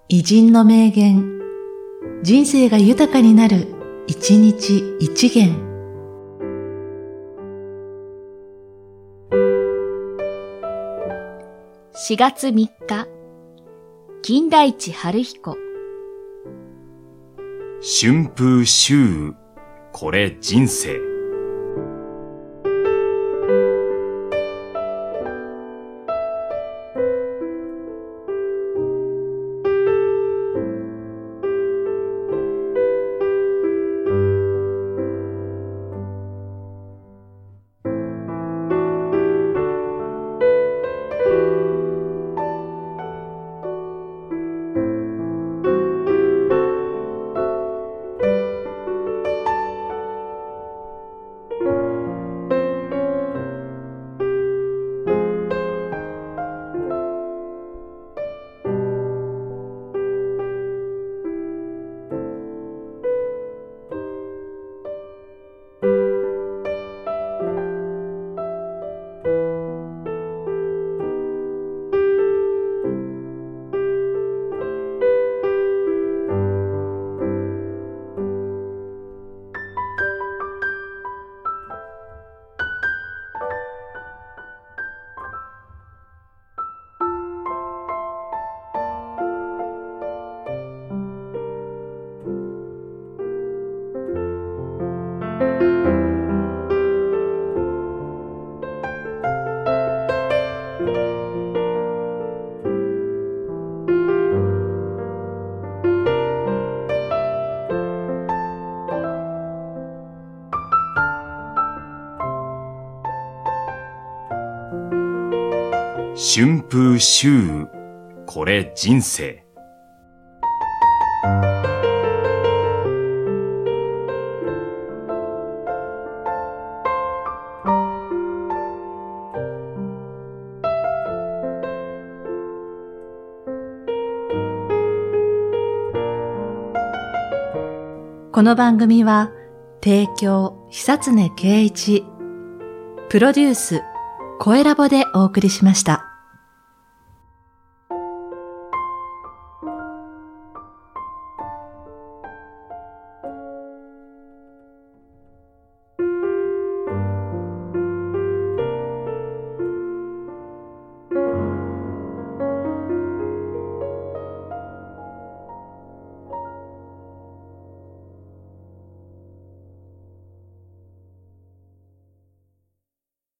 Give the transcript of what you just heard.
偉人の名言、人生が豊かになる、一日一元。 4月3日、金田一春彦。 春風秋雨、これ人生。春風秋雨、これ人生。 この番組は、提供、久常圭一、プロデュース、声ラボでお送りしました。